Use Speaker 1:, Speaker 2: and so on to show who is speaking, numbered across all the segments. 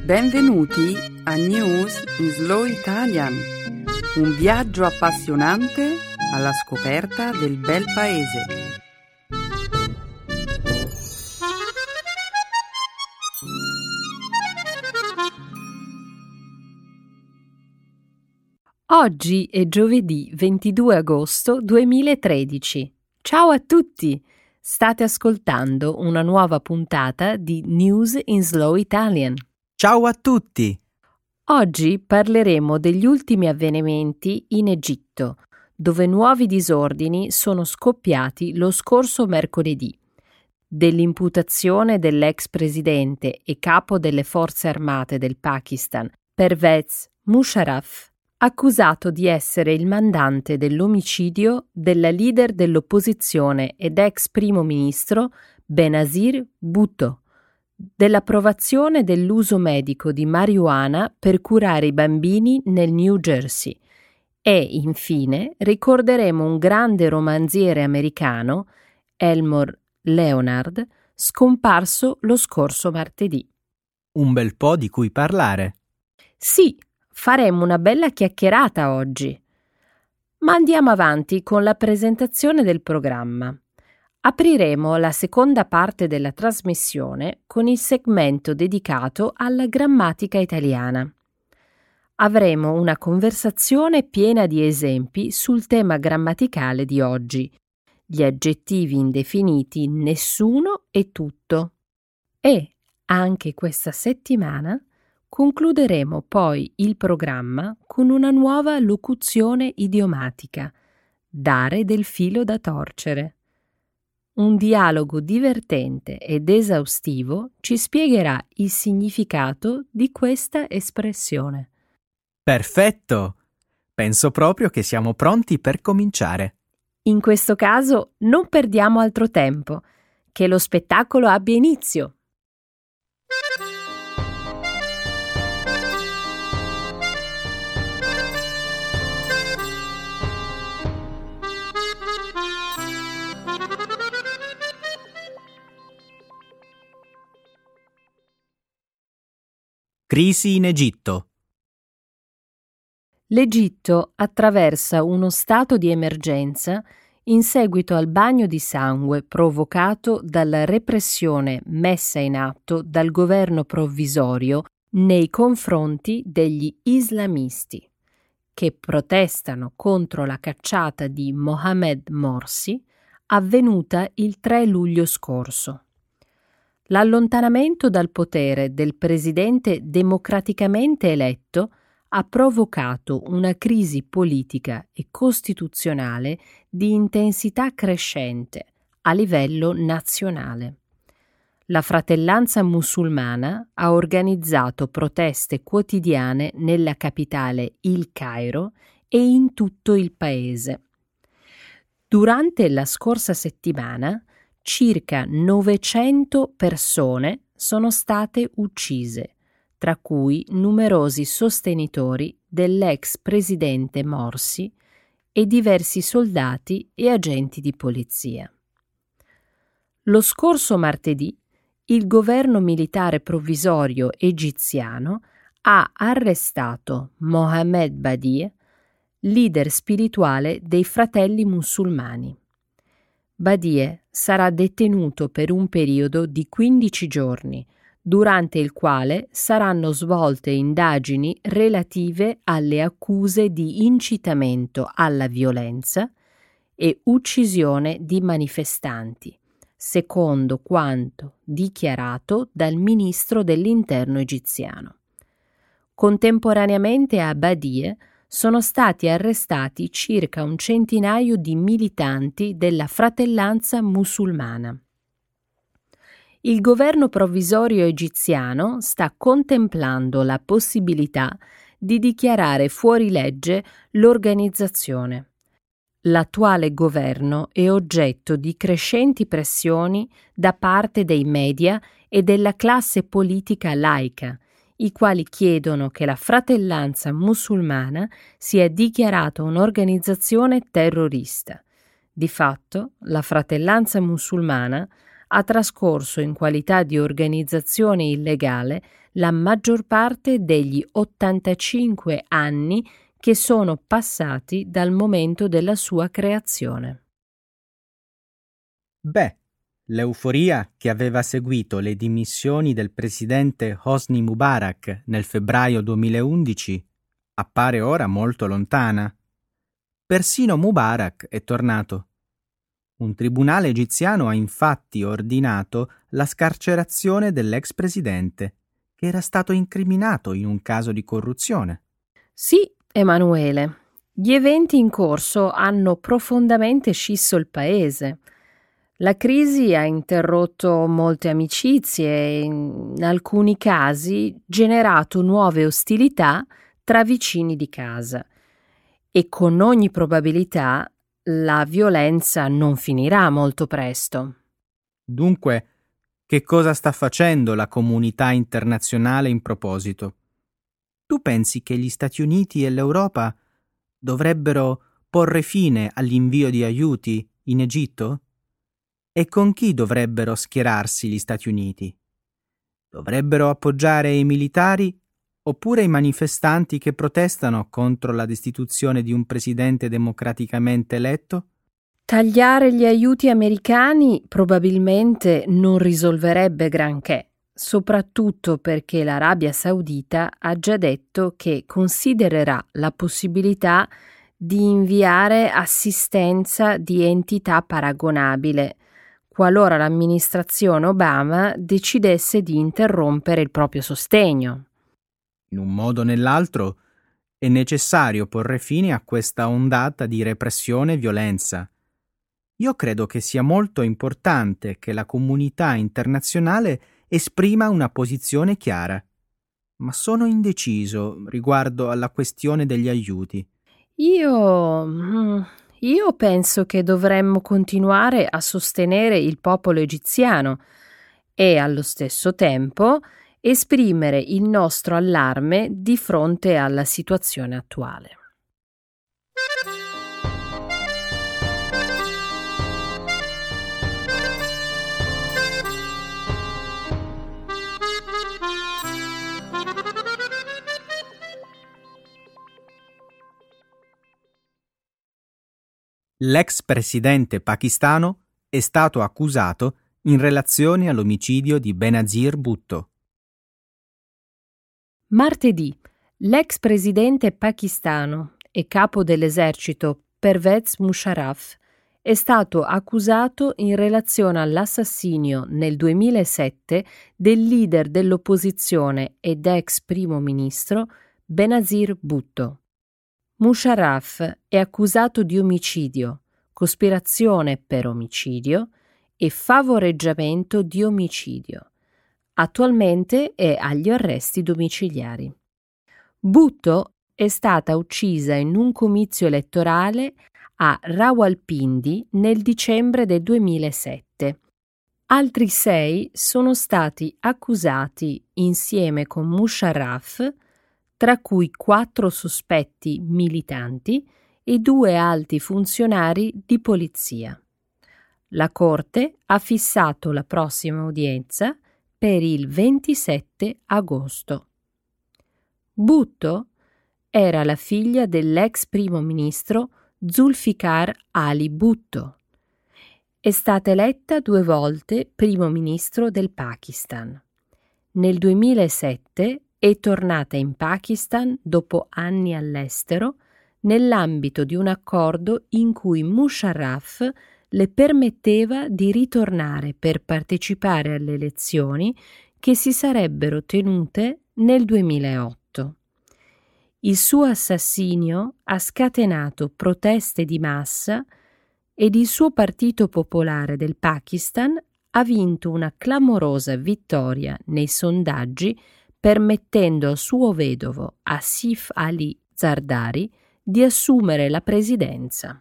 Speaker 1: Benvenuti a News in Slow Italian, un viaggio appassionante alla scoperta del bel paese.
Speaker 2: Oggi è giovedì 22 agosto 2013. Ciao a tutti! State ascoltando una nuova puntata di News in Slow Italian.
Speaker 3: Ciao a tutti!
Speaker 2: Oggi parleremo degli ultimi avvenimenti in Egitto, dove nuovi disordini sono scoppiati lo scorso mercoledì, dell'imputazione dell'ex presidente e capo delle forze armate del Pakistan, Pervez Musharraf, accusato di essere il mandante dell'omicidio della leader dell'opposizione ed ex primo ministro Benazir Bhutto, dell'approvazione dell'uso medico di marijuana per curare i bambini nel New Jersey e, infine, ricorderemo un grande romanziere americano, Elmore Leonard, scomparso lo scorso martedì.
Speaker 3: Un bel po' di cui parlare.
Speaker 2: Sì, faremo una bella chiacchierata oggi. Ma andiamo avanti con la presentazione del programma. Apriremo la seconda parte della trasmissione con il segmento dedicato alla grammatica italiana. Avremo una conversazione piena di esempi sul tema grammaticale di oggi, gli aggettivi indefiniti nessuno e tutto. E, anche questa settimana, concluderemo poi il programma con una nuova locuzione idiomatica, dare del filo da torcere. Un dialogo divertente ed esaustivo ci spiegherà il significato di questa espressione.
Speaker 3: Perfetto! Penso proprio che siamo pronti per cominciare.
Speaker 2: In questo caso non perdiamo altro tempo. Che lo spettacolo abbia inizio!
Speaker 3: Crisi in Egitto.
Speaker 2: L'Egitto attraversa uno stato di emergenza in seguito al bagno di sangue provocato dalla repressione messa in atto dal governo provvisorio nei confronti degli islamisti, che protestano contro la cacciata di Mohamed Morsi avvenuta il 3 luglio scorso. L'allontanamento dal potere del presidente democraticamente eletto ha provocato una crisi politica e costituzionale di intensità crescente a livello nazionale. La Fratellanza Musulmana ha organizzato proteste quotidiane nella capitale Il Cairo e in tutto il paese. Durante la scorsa settimana circa 900 persone sono state uccise, tra cui numerosi sostenitori dell'ex presidente Morsi e diversi soldati e agenti di polizia. Lo scorso martedì il governo militare provvisorio egiziano ha arrestato Mohamed Badie, leader spirituale dei Fratelli Musulmani. Badie sarà detenuto per un periodo di 15 giorni, durante il quale saranno svolte indagini relative alle accuse di incitamento alla violenza e uccisione di manifestanti, secondo quanto dichiarato dal ministro dell'Interno egiziano. Contemporaneamente a Badie sono stati arrestati circa un centinaio di militanti della Fratellanza Musulmana. Il governo provvisorio egiziano sta contemplando la possibilità di dichiarare fuori legge l'organizzazione. L'attuale governo è oggetto di crescenti pressioni da parte dei media e della classe politica laica, i quali chiedono che la Fratellanza Musulmana sia dichiarata un'organizzazione terrorista. Di fatto, la Fratellanza Musulmana ha trascorso in qualità di organizzazione illegale la maggior parte degli 85 anni che sono passati dal momento della sua creazione.
Speaker 3: Beh, l'euforia che aveva seguito le dimissioni del presidente Hosni Mubarak nel febbraio 2011 appare ora molto lontana. Persino Mubarak è tornato. Un tribunale egiziano ha infatti ordinato la scarcerazione dell'ex presidente, che era stato incriminato in un caso di corruzione.
Speaker 2: Sì, Emanuele, gli eventi in corso hanno profondamente scisso il paese. La crisi ha interrotto molte amicizie e in alcuni casi generato nuove ostilità tra vicini di casa. E con ogni probabilità la violenza non finirà molto presto.
Speaker 3: Dunque, che cosa sta facendo la comunità internazionale in proposito? Tu pensi che gli Stati Uniti e l'Europa dovrebbero porre fine all'invio di aiuti in Egitto? E con chi dovrebbero schierarsi gli Stati Uniti? Dovrebbero appoggiare i militari oppure i manifestanti che protestano contro la destituzione di un presidente democraticamente eletto?
Speaker 2: Tagliare gli aiuti americani probabilmente non risolverebbe granché, soprattutto perché l'Arabia Saudita ha già detto che considererà la possibilità di inviare assistenza di entità paragonabile, qualora l'amministrazione Obama decidesse di interrompere il proprio sostegno.
Speaker 3: In un modo o nell'altro è necessario porre fine a questa ondata di repressione e violenza. Io credo che sia molto importante che la comunità internazionale esprima una posizione chiara, ma sono indeciso riguardo alla questione degli aiuti.
Speaker 2: Io penso che dovremmo continuare a sostenere il popolo egiziano e allo stesso tempo esprimere il nostro allarme di fronte alla situazione attuale.
Speaker 3: L'ex presidente pakistano è stato accusato in relazione all'omicidio di Benazir Bhutto.
Speaker 2: Martedì, l'ex presidente pakistano e capo dell'esercito Pervez Musharraf è stato accusato in relazione all'assassinio nel 2007 del leader dell'opposizione ed ex primo ministro Benazir Bhutto. Musharraf è accusato di omicidio, cospirazione per omicidio e favoreggiamento di omicidio. Attualmente è agli arresti domiciliari. Bhutto è stata uccisa in un comizio elettorale a Rawalpindi nel dicembre del 2007. Altri 6 sono stati accusati insieme con Musharraf, tra cui 4 sospetti militanti e 2 alti funzionari di polizia. La Corte ha fissato la prossima udienza per il 27 agosto. Bhutto era la figlia dell'ex primo ministro Zulfikar Ali Bhutto. È stata eletta 2 volte primo ministro del Pakistan. Nel 2007 è tornata in Pakistan dopo anni all'estero nell'ambito di un accordo in cui Musharraf le permetteva di ritornare per partecipare alle elezioni che si sarebbero tenute nel 2008. Il suo assassinio ha scatenato proteste di massa ed il suo Partito Popolare del Pakistan ha vinto una clamorosa vittoria nei sondaggi, permettendo al suo vedovo Asif Ali Zardari di assumere la presidenza.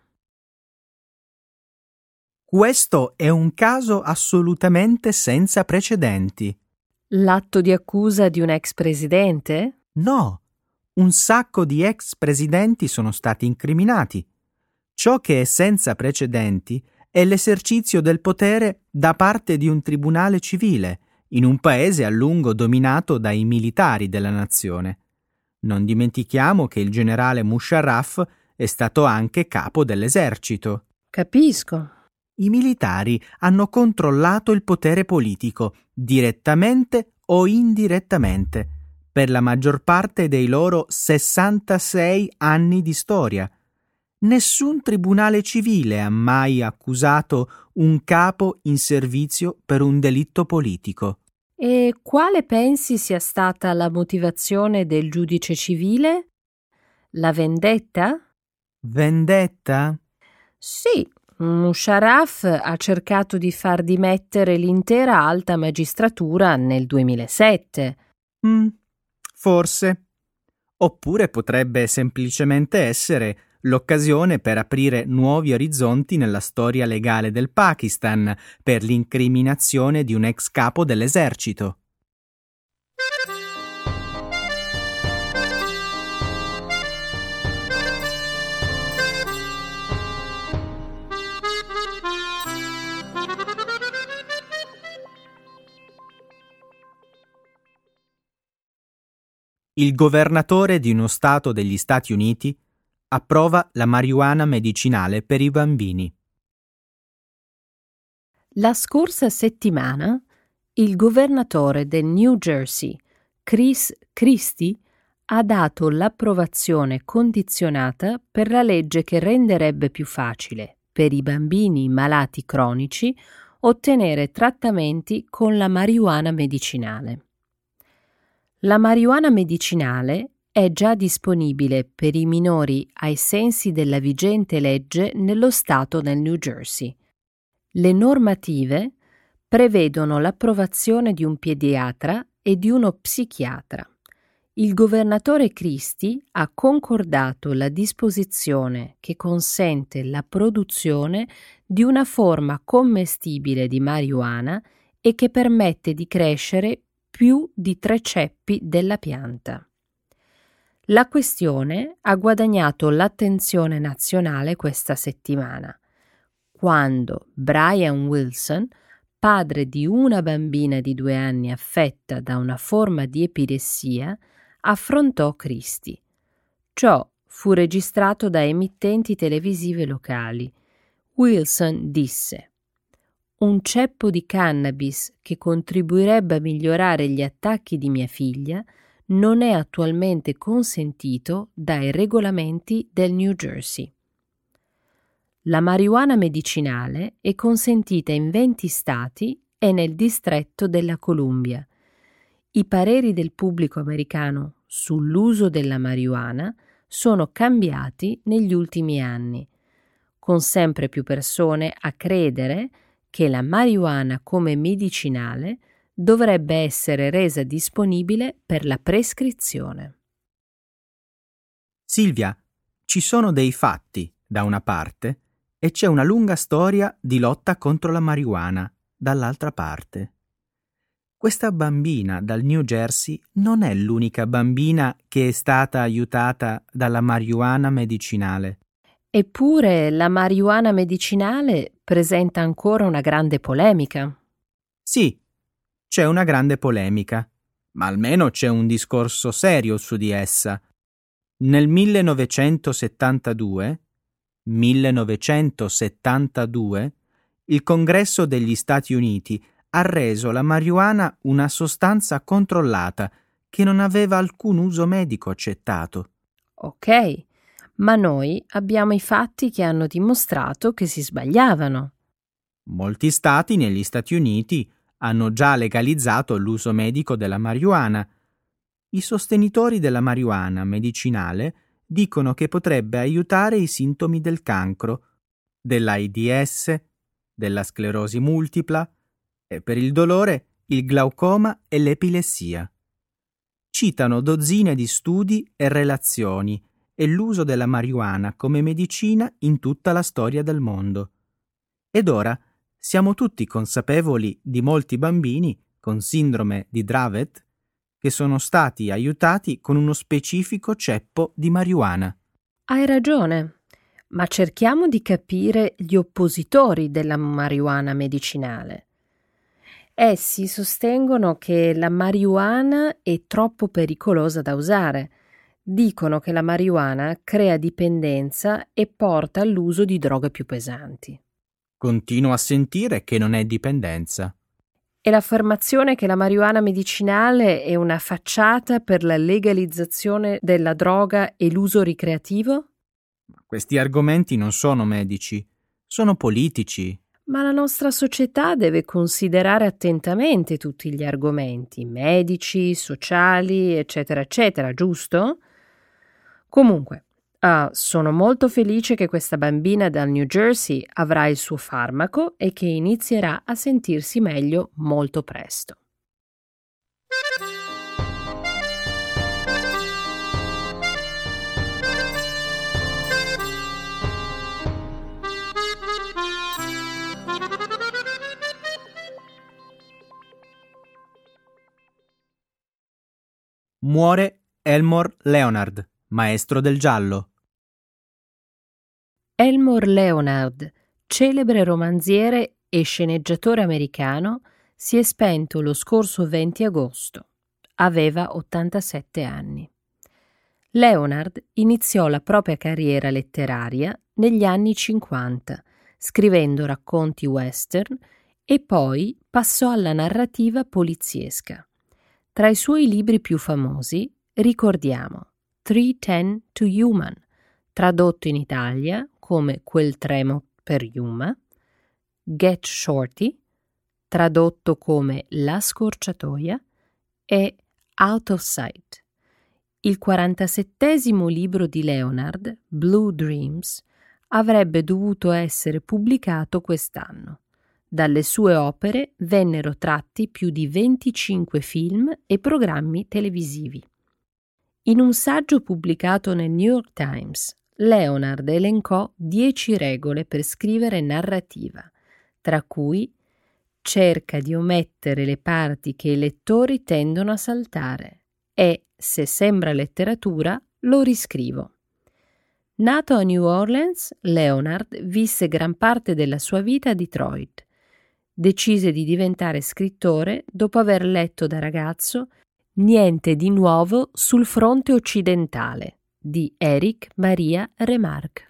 Speaker 3: Questo è un caso assolutamente senza precedenti.
Speaker 2: L'atto di accusa di un ex presidente?
Speaker 3: No, un sacco di ex presidenti sono stati incriminati. Ciò che è senza precedenti è l'esercizio del potere da parte di un tribunale civile, in un paese a lungo dominato dai militari della nazione. Non dimentichiamo che il generale Musharraf è stato anche capo dell'esercito.
Speaker 2: Capisco.
Speaker 3: I militari hanno controllato il potere politico, direttamente o indirettamente, per la maggior parte dei loro 66 anni di storia. Nessun tribunale civile ha mai accusato un capo in servizio per un delitto politico.
Speaker 2: E quale pensi sia stata la motivazione del giudice civile? La vendetta?
Speaker 3: Vendetta?
Speaker 2: Sì, Musharraf ha cercato di far dimettere l'intera alta magistratura nel 2007.
Speaker 3: Forse. Oppure potrebbe semplicemente essere l'occasione per aprire nuovi orizzonti nella storia legale del Pakistan per l'incriminazione di un ex capo dell'esercito. Il governatore di uno stato degli Stati Uniti approva la marijuana medicinale per i bambini.
Speaker 2: La scorsa settimana il governatore del New Jersey, Chris Christie, ha dato l'approvazione condizionata per la legge che renderebbe più facile per i bambini malati cronici ottenere trattamenti con la marijuana medicinale. La marijuana medicinale è già disponibile per i minori ai sensi della vigente legge nello stato del New Jersey. Le normative prevedono l'approvazione di un pediatra e di uno psichiatra. Il governatore Christie ha concordato la disposizione che consente la produzione di una forma commestibile di marijuana e che permette di crescere più di 3 ceppi della pianta. La questione ha guadagnato l'attenzione nazionale questa settimana, quando Brian Wilson, padre di una bambina di 2 anni affetta da una forma di epilessia, affrontò Christie. Ciò fu registrato da emittenti televisive locali. Wilson disse: «Un ceppo di cannabis che contribuirebbe a migliorare gli attacchi di mia figlia non è attualmente consentito dai regolamenti del New Jersey». La marijuana medicinale è consentita in 20 stati e nel distretto della Columbia. I pareri del pubblico americano sull'uso della marijuana sono cambiati negli ultimi anni, con sempre più persone a credere che la marijuana come medicinale dovrebbe essere resa disponibile per la prescrizione.
Speaker 3: Silvia, ci sono dei fatti da una parte e c'è una lunga storia di lotta contro la marijuana dall'altra parte. Questa bambina dal New Jersey non è l'unica bambina che è stata aiutata dalla marijuana medicinale.
Speaker 2: Eppure la marijuana medicinale presenta ancora una grande polemica.
Speaker 3: Sì, c'è una grande polemica, ma almeno c'è un discorso serio su di essa. Nel 1972, il Congresso degli Stati Uniti ha reso la marijuana una sostanza controllata che non aveva alcun uso medico accettato.
Speaker 2: Ok, ma noi abbiamo i fatti che hanno dimostrato che si sbagliavano.
Speaker 3: Molti stati negli Stati Uniti hanno già legalizzato l'uso medico della marijuana. I sostenitori della marijuana medicinale dicono che potrebbe aiutare i sintomi del cancro, dell'AIDS, della sclerosi multipla e per il dolore, il glaucoma e l'epilessia. Citano dozzine di studi e relazioni e l'uso della marijuana come medicina in tutta la storia del mondo. Ed ora siamo tutti consapevoli di molti bambini con sindrome di Dravet che sono stati aiutati con uno specifico ceppo di marijuana.
Speaker 2: Hai ragione, ma cerchiamo di capire gli oppositori della marijuana medicinale. Essi sostengono che la marijuana è troppo pericolosa da usare. Dicono che la marijuana crea dipendenza e porta all'uso di droghe più pesanti.
Speaker 3: Continuo a sentire che non è dipendenza.
Speaker 2: E l'affermazione che la marijuana medicinale è una facciata per la legalizzazione della droga e l'uso ricreativo?
Speaker 3: Questi argomenti non sono medici, sono politici.
Speaker 2: Ma la nostra società deve considerare attentamente tutti gli argomenti, medici, sociali, eccetera, eccetera, giusto? Comunque, sono molto felice che questa bambina dal New Jersey avrà il suo farmaco e che inizierà a sentirsi meglio molto presto.
Speaker 3: Muore Elmore Leonard, maestro del giallo.
Speaker 2: Elmore Leonard, celebre romanziere e sceneggiatore americano, si è spento lo scorso 20 agosto. Aveva 87 anni. Leonard iniziò la propria carriera letteraria negli anni 50, scrivendo racconti western e poi passò alla narrativa poliziesca. Tra i suoi libri più famosi ricordiamo 3:10 to Yuma, tradotto in Italia come Quel tremo per Yuma, Get Shorty, tradotto come La scorciatoia, e Out of Sight. Il 47° libro di Leonard, Blue Dreams, avrebbe dovuto essere pubblicato quest'anno. Dalle sue opere vennero tratti più di 25 film e programmi televisivi. In un saggio pubblicato nel New York Times, Leonard elencò 10 regole per scrivere narrativa, tra cui cerca di omettere le parti che i lettori tendono a saltare e, se sembra letteratura, lo riscrivo. Nato a New Orleans, Leonard visse gran parte della sua vita a Detroit. Decise di diventare scrittore dopo aver letto da ragazzo Niente di nuovo sul fronte occidentale di Éric Maria Remarque.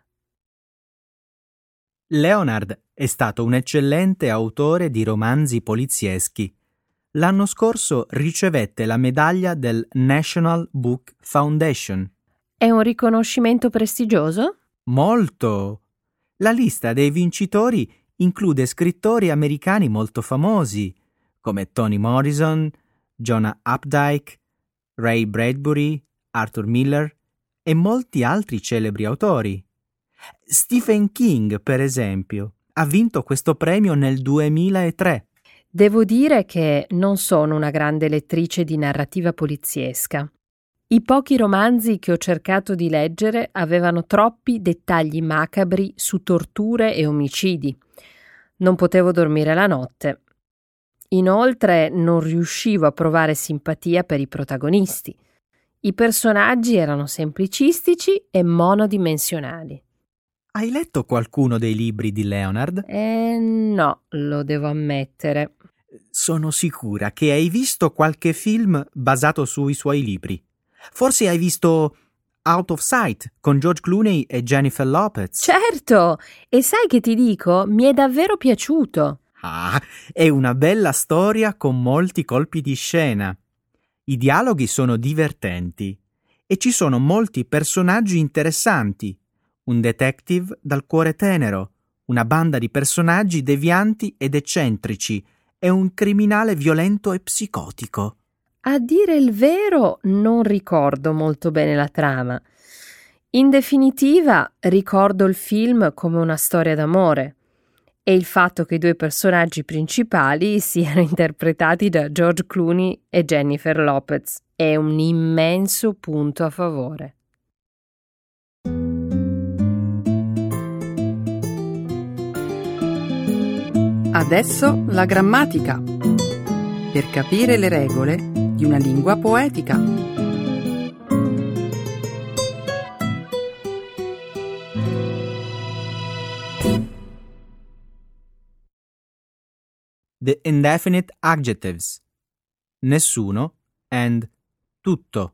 Speaker 3: Leonard è stato un eccellente autore di romanzi polizieschi. L'anno scorso ricevette la medaglia del National Book Foundation.
Speaker 2: È un riconoscimento prestigioso?
Speaker 3: Molto! La lista dei vincitori include scrittori americani molto famosi, come Toni Morrison, Jonah Updike, Ray Bradbury, Arthur Miller e molti altri celebri autori. Stephen King, per esempio, ha vinto questo premio nel 2003.
Speaker 2: Devo dire che non sono una grande lettrice di narrativa poliziesca. I pochi romanzi che ho cercato di leggere avevano troppi dettagli macabri su torture e omicidi. Non potevo dormire la notte. Inoltre non riuscivo a provare simpatia per i protagonisti. I personaggi erano semplicistici e monodimensionali.
Speaker 3: Hai letto qualcuno dei libri di Leonard?
Speaker 2: No, lo devo ammettere.
Speaker 3: Sono sicura che hai visto qualche film basato sui suoi libri. Forse hai visto Out of Sight con George Clooney e Jennifer Lopez.
Speaker 2: Certo! E sai che ti dico? Mi è davvero piaciuto.
Speaker 3: Ah, è una bella storia con molti colpi di scena. I dialoghi sono divertenti e ci sono molti personaggi interessanti. Un detective dal cuore tenero, una banda di personaggi devianti ed eccentrici e un criminale violento e psicotico.
Speaker 2: A dire il vero, non ricordo molto bene la trama. In definitiva, ricordo il film come una storia d'amore e il fatto che i due personaggi principali siano interpretati da George Clooney e Jennifer Lopez è un immenso punto a favore.
Speaker 1: Adesso la grammatica, per capire le regole di una lingua poetica.
Speaker 3: The indefinite adjectives. Nessuno and tutto.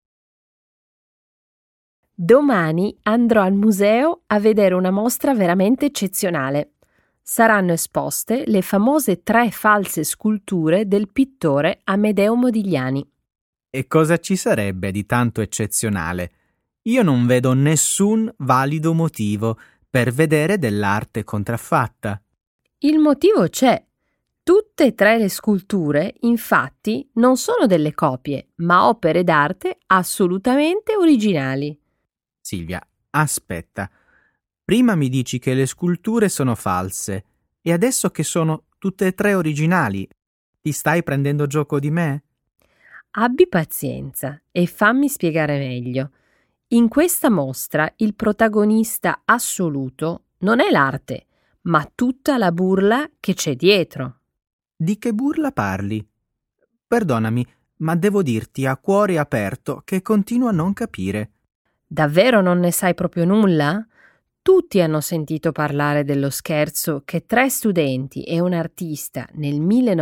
Speaker 2: Domani andrò al museo a vedere una mostra veramente eccezionale. Saranno esposte le famose 3 false sculture del pittore Amedeo Modigliani.
Speaker 3: E cosa ci sarebbe di tanto eccezionale? Io non vedo nessun valido motivo per vedere dell'arte contraffatta.
Speaker 2: Il motivo c'è. Tutte e 3 le sculture, infatti, non sono delle copie, ma opere d'arte assolutamente originali.
Speaker 3: Silvia, aspetta. Prima mi dici che le sculture sono false e adesso che sono tutte e 3 originali. Ti stai prendendo gioco di me?
Speaker 2: Abbi pazienza e fammi spiegare meglio. In questa mostra il protagonista assoluto non è l'arte, ma tutta la burla che c'è dietro.
Speaker 3: Di che burla parli? Perdonami, ma devo dirti a cuore aperto che continuo a non capire.
Speaker 2: Davvero non ne sai proprio nulla? Tutti hanno sentito parlare dello scherzo che 3 studenti e un artista nel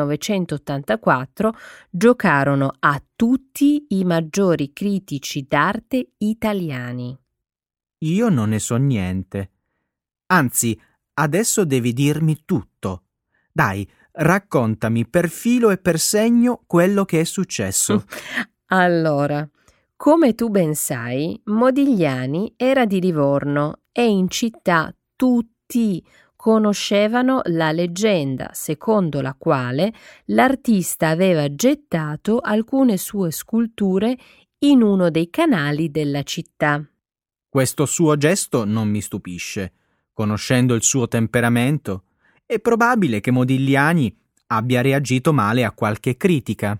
Speaker 2: 1984 giocarono a tutti i maggiori critici d'arte italiani.
Speaker 3: Io non ne so niente. Anzi, adesso devi dirmi tutto. Dai, raccontami per filo e per segno quello che è successo.
Speaker 2: Allora, come tu ben sai, Modigliani era di Livorno e in città tutti conoscevano la leggenda secondo la quale l'artista aveva gettato alcune sue sculture in uno dei canali della città.
Speaker 3: Questo suo gesto non mi stupisce. Conoscendo il suo temperamento, è probabile che Modigliani abbia reagito male a qualche critica.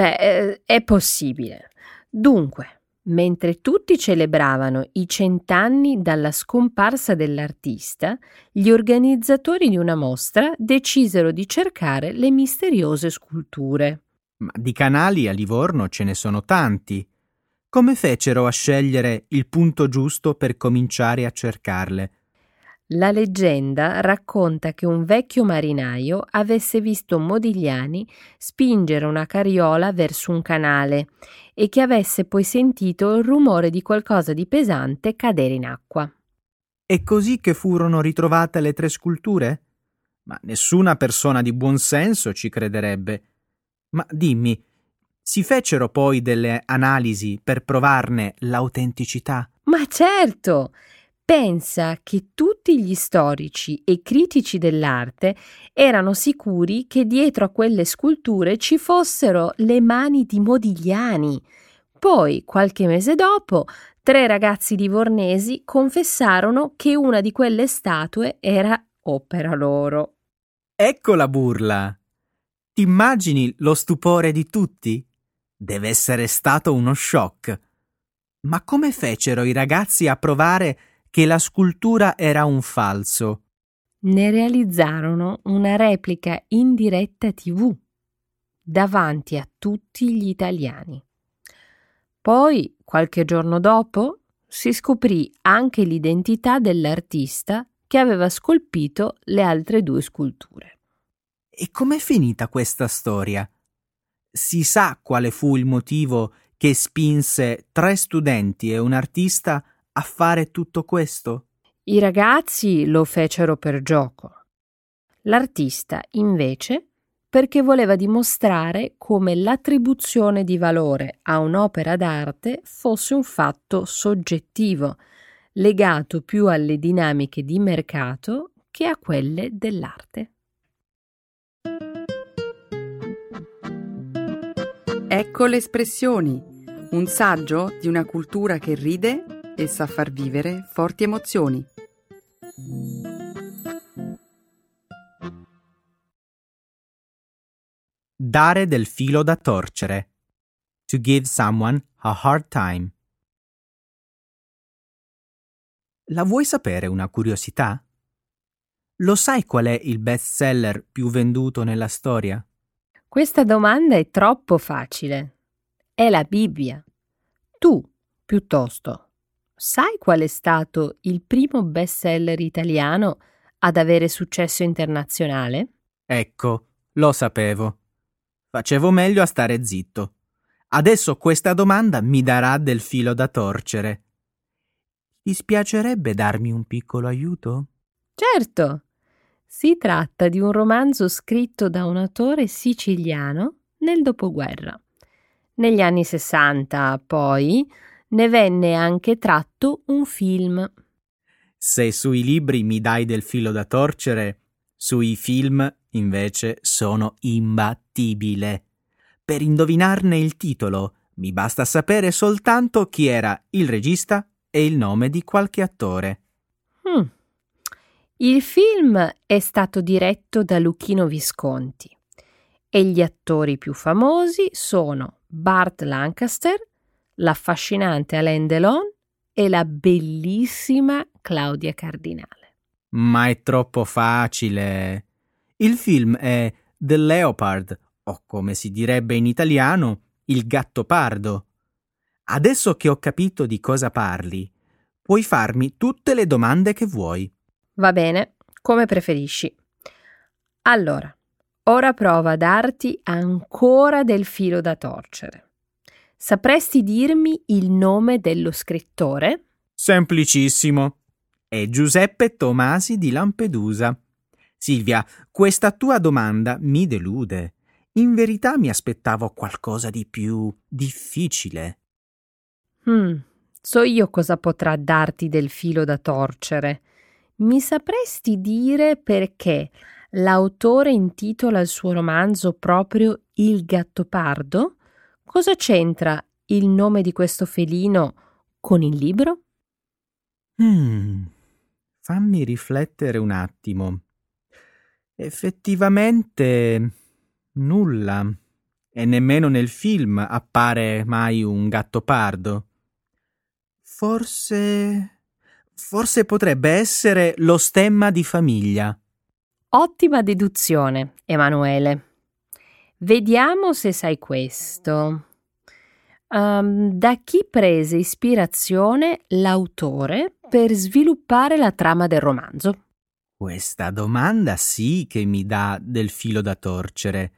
Speaker 2: È possibile. Dunque, mentre tutti celebravano i 100 anni dalla scomparsa dell'artista, gli organizzatori di una mostra decisero di cercare le misteriose sculture.
Speaker 3: Ma di canali a Livorno ce ne sono tanti. Come fecero a scegliere il punto giusto per cominciare a cercarle?
Speaker 2: La leggenda racconta che un vecchio marinaio avesse visto Modigliani spingere una carriola verso un canale e che avesse poi sentito il rumore di qualcosa di pesante cadere in acqua.
Speaker 3: È così che furono ritrovate le 3 sculture? Ma nessuna persona di buon senso ci crederebbe. Ma dimmi, si fecero poi delle analisi per provarne l'autenticità?
Speaker 2: Ma certo! Pensa che tutti gli storici e critici dell'arte erano sicuri che dietro a quelle sculture ci fossero le mani di Modigliani. Poi, qualche mese dopo, 3 ragazzi livornesi confessarono che una di quelle statue era opera loro.
Speaker 3: Ecco la burla! Ti immagini lo stupore di tutti? Deve essere stato uno shock. Ma come fecero i ragazzi a provare che la scultura era un falso?
Speaker 2: Ne realizzarono una replica in diretta TV davanti a tutti gli italiani. Poi, qualche giorno dopo, si scoprì anche l'identità dell'artista che aveva scolpito le altre 2 sculture.
Speaker 3: E com'è finita questa storia? Si sa quale fu il motivo che spinse 3 studenti e un artista a fare tutto questo?
Speaker 2: I ragazzi lo fecero per gioco. L'artista, invece, perché voleva dimostrare come l'attribuzione di valore a un'opera d'arte fosse un fatto soggettivo, legato più alle dinamiche di mercato che a quelle dell'arte.
Speaker 1: Ecco le espressioni, un saggio di una cultura che ride e sa far vivere forti emozioni.
Speaker 3: Dare del filo da torcere. To give someone a hard time. La vuoi sapere una curiosità? Lo sai qual è il bestseller più venduto nella storia?
Speaker 2: Questa domanda è troppo facile. È la Bibbia. Tu, piuttosto, sai qual è stato il primo bestseller italiano ad avere successo internazionale?
Speaker 3: Ecco, Lo sapevo. Facevo meglio a stare zitto. Adesso questa domanda mi darà del filo da torcere. Ti spiacerebbe darmi un piccolo aiuto?
Speaker 2: Certo. Si tratta di un romanzo scritto da un autore siciliano nel dopoguerra. Negli anni 60, poi, ne venne anche tratto un film.
Speaker 3: Se sui libri mi dai del filo da torcere, sui film, invece, sono imbattibile. Per indovinarne il titolo, mi basta sapere soltanto chi era il regista e il nome di qualche attore.
Speaker 2: Il film è stato diretto da Luchino Visconti e gli attori più famosi sono Burt Lancaster, l'affascinante Alain Delon e la bellissima Claudia Cardinale.
Speaker 3: Ma è troppo facile. Il film è The Leopard, o come si direbbe in italiano, Il Gattopardo. Adesso che ho capito di cosa parli, puoi farmi tutte le domande che vuoi.
Speaker 2: Va bene, come preferisci. Allora, ora prova a darti ancora del filo da torcere. Sapresti dirmi il nome dello scrittore?
Speaker 3: Semplicissimo. È Giuseppe Tomasi di Lampedusa. Silvia, questa tua domanda mi delude. In verità mi aspettavo qualcosa di più difficile.
Speaker 2: So io cosa potrà darti del filo da torcere. Mi sapresti dire perché l'autore intitola il suo romanzo proprio Il Gattopardo? Cosa c'entra il nome di questo felino con il libro?
Speaker 3: Fammi riflettere un attimo. Effettivamente nulla. E nemmeno nel film appare mai un gattopardo. Forse potrebbe essere lo stemma di famiglia.
Speaker 2: Ottima deduzione, Emanuele. Vediamo se sai questo. Da chi prese ispirazione l'autore per sviluppare la trama del romanzo?
Speaker 3: Questa domanda sì che mi dà del filo da torcere.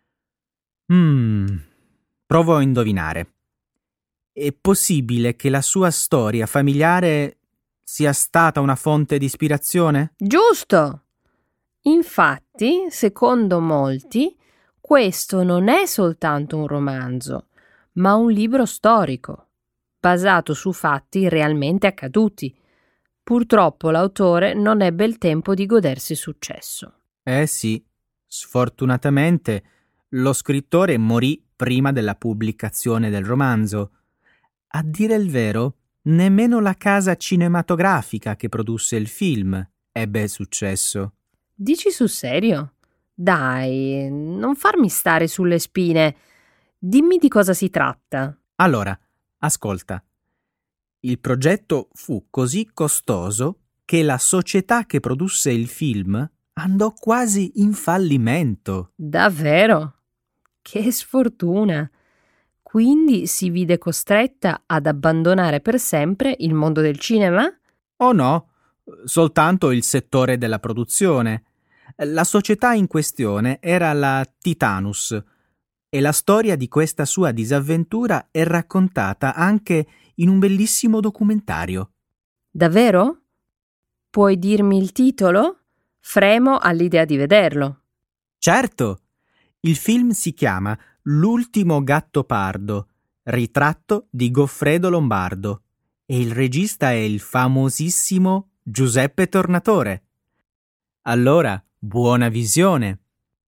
Speaker 3: Provo a indovinare. È possibile che la sua storia familiare sia stata una fonte di ispirazione?
Speaker 2: Giusto! Infatti, secondo molti, questo non è soltanto un romanzo, ma un libro storico, basato su fatti realmente accaduti. Purtroppo l'autore non ebbe il tempo di godersi successo.
Speaker 3: Sì, sfortunatamente lo scrittore morì prima della pubblicazione del romanzo. A dire il vero, nemmeno la casa cinematografica che produsse il film ebbe successo.
Speaker 2: Dici sul serio? Dai, non farmi stare sulle spine. Dimmi di cosa si tratta.
Speaker 3: Allora, ascolta. Il progetto fu così costoso che la società che produsse il film andò quasi in fallimento.
Speaker 2: Davvero? Che sfortuna! Quindi si vide costretta ad abbandonare per sempre il mondo del cinema?
Speaker 3: Oh no, soltanto il settore della produzione. La società in questione era la Titanus e la storia di questa sua disavventura è raccontata anche in un bellissimo documentario.
Speaker 2: Davvero? Puoi dirmi il titolo? Fremo all'idea di vederlo.
Speaker 3: Certo! Il film si chiama L'ultimo Gattopardo, ritratto di Goffredo Lombardo e il regista è il famosissimo Giuseppe Tornatore. Allora, buona visione!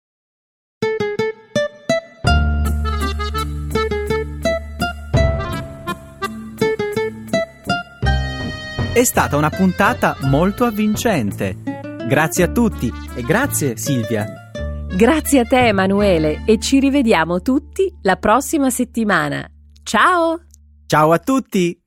Speaker 3: È stata una puntata molto avvincente. Grazie a tutti e grazie Silvia.
Speaker 2: Grazie a te, Emanuele, e ci rivediamo tutti la prossima settimana. Ciao!
Speaker 3: Ciao a tutti!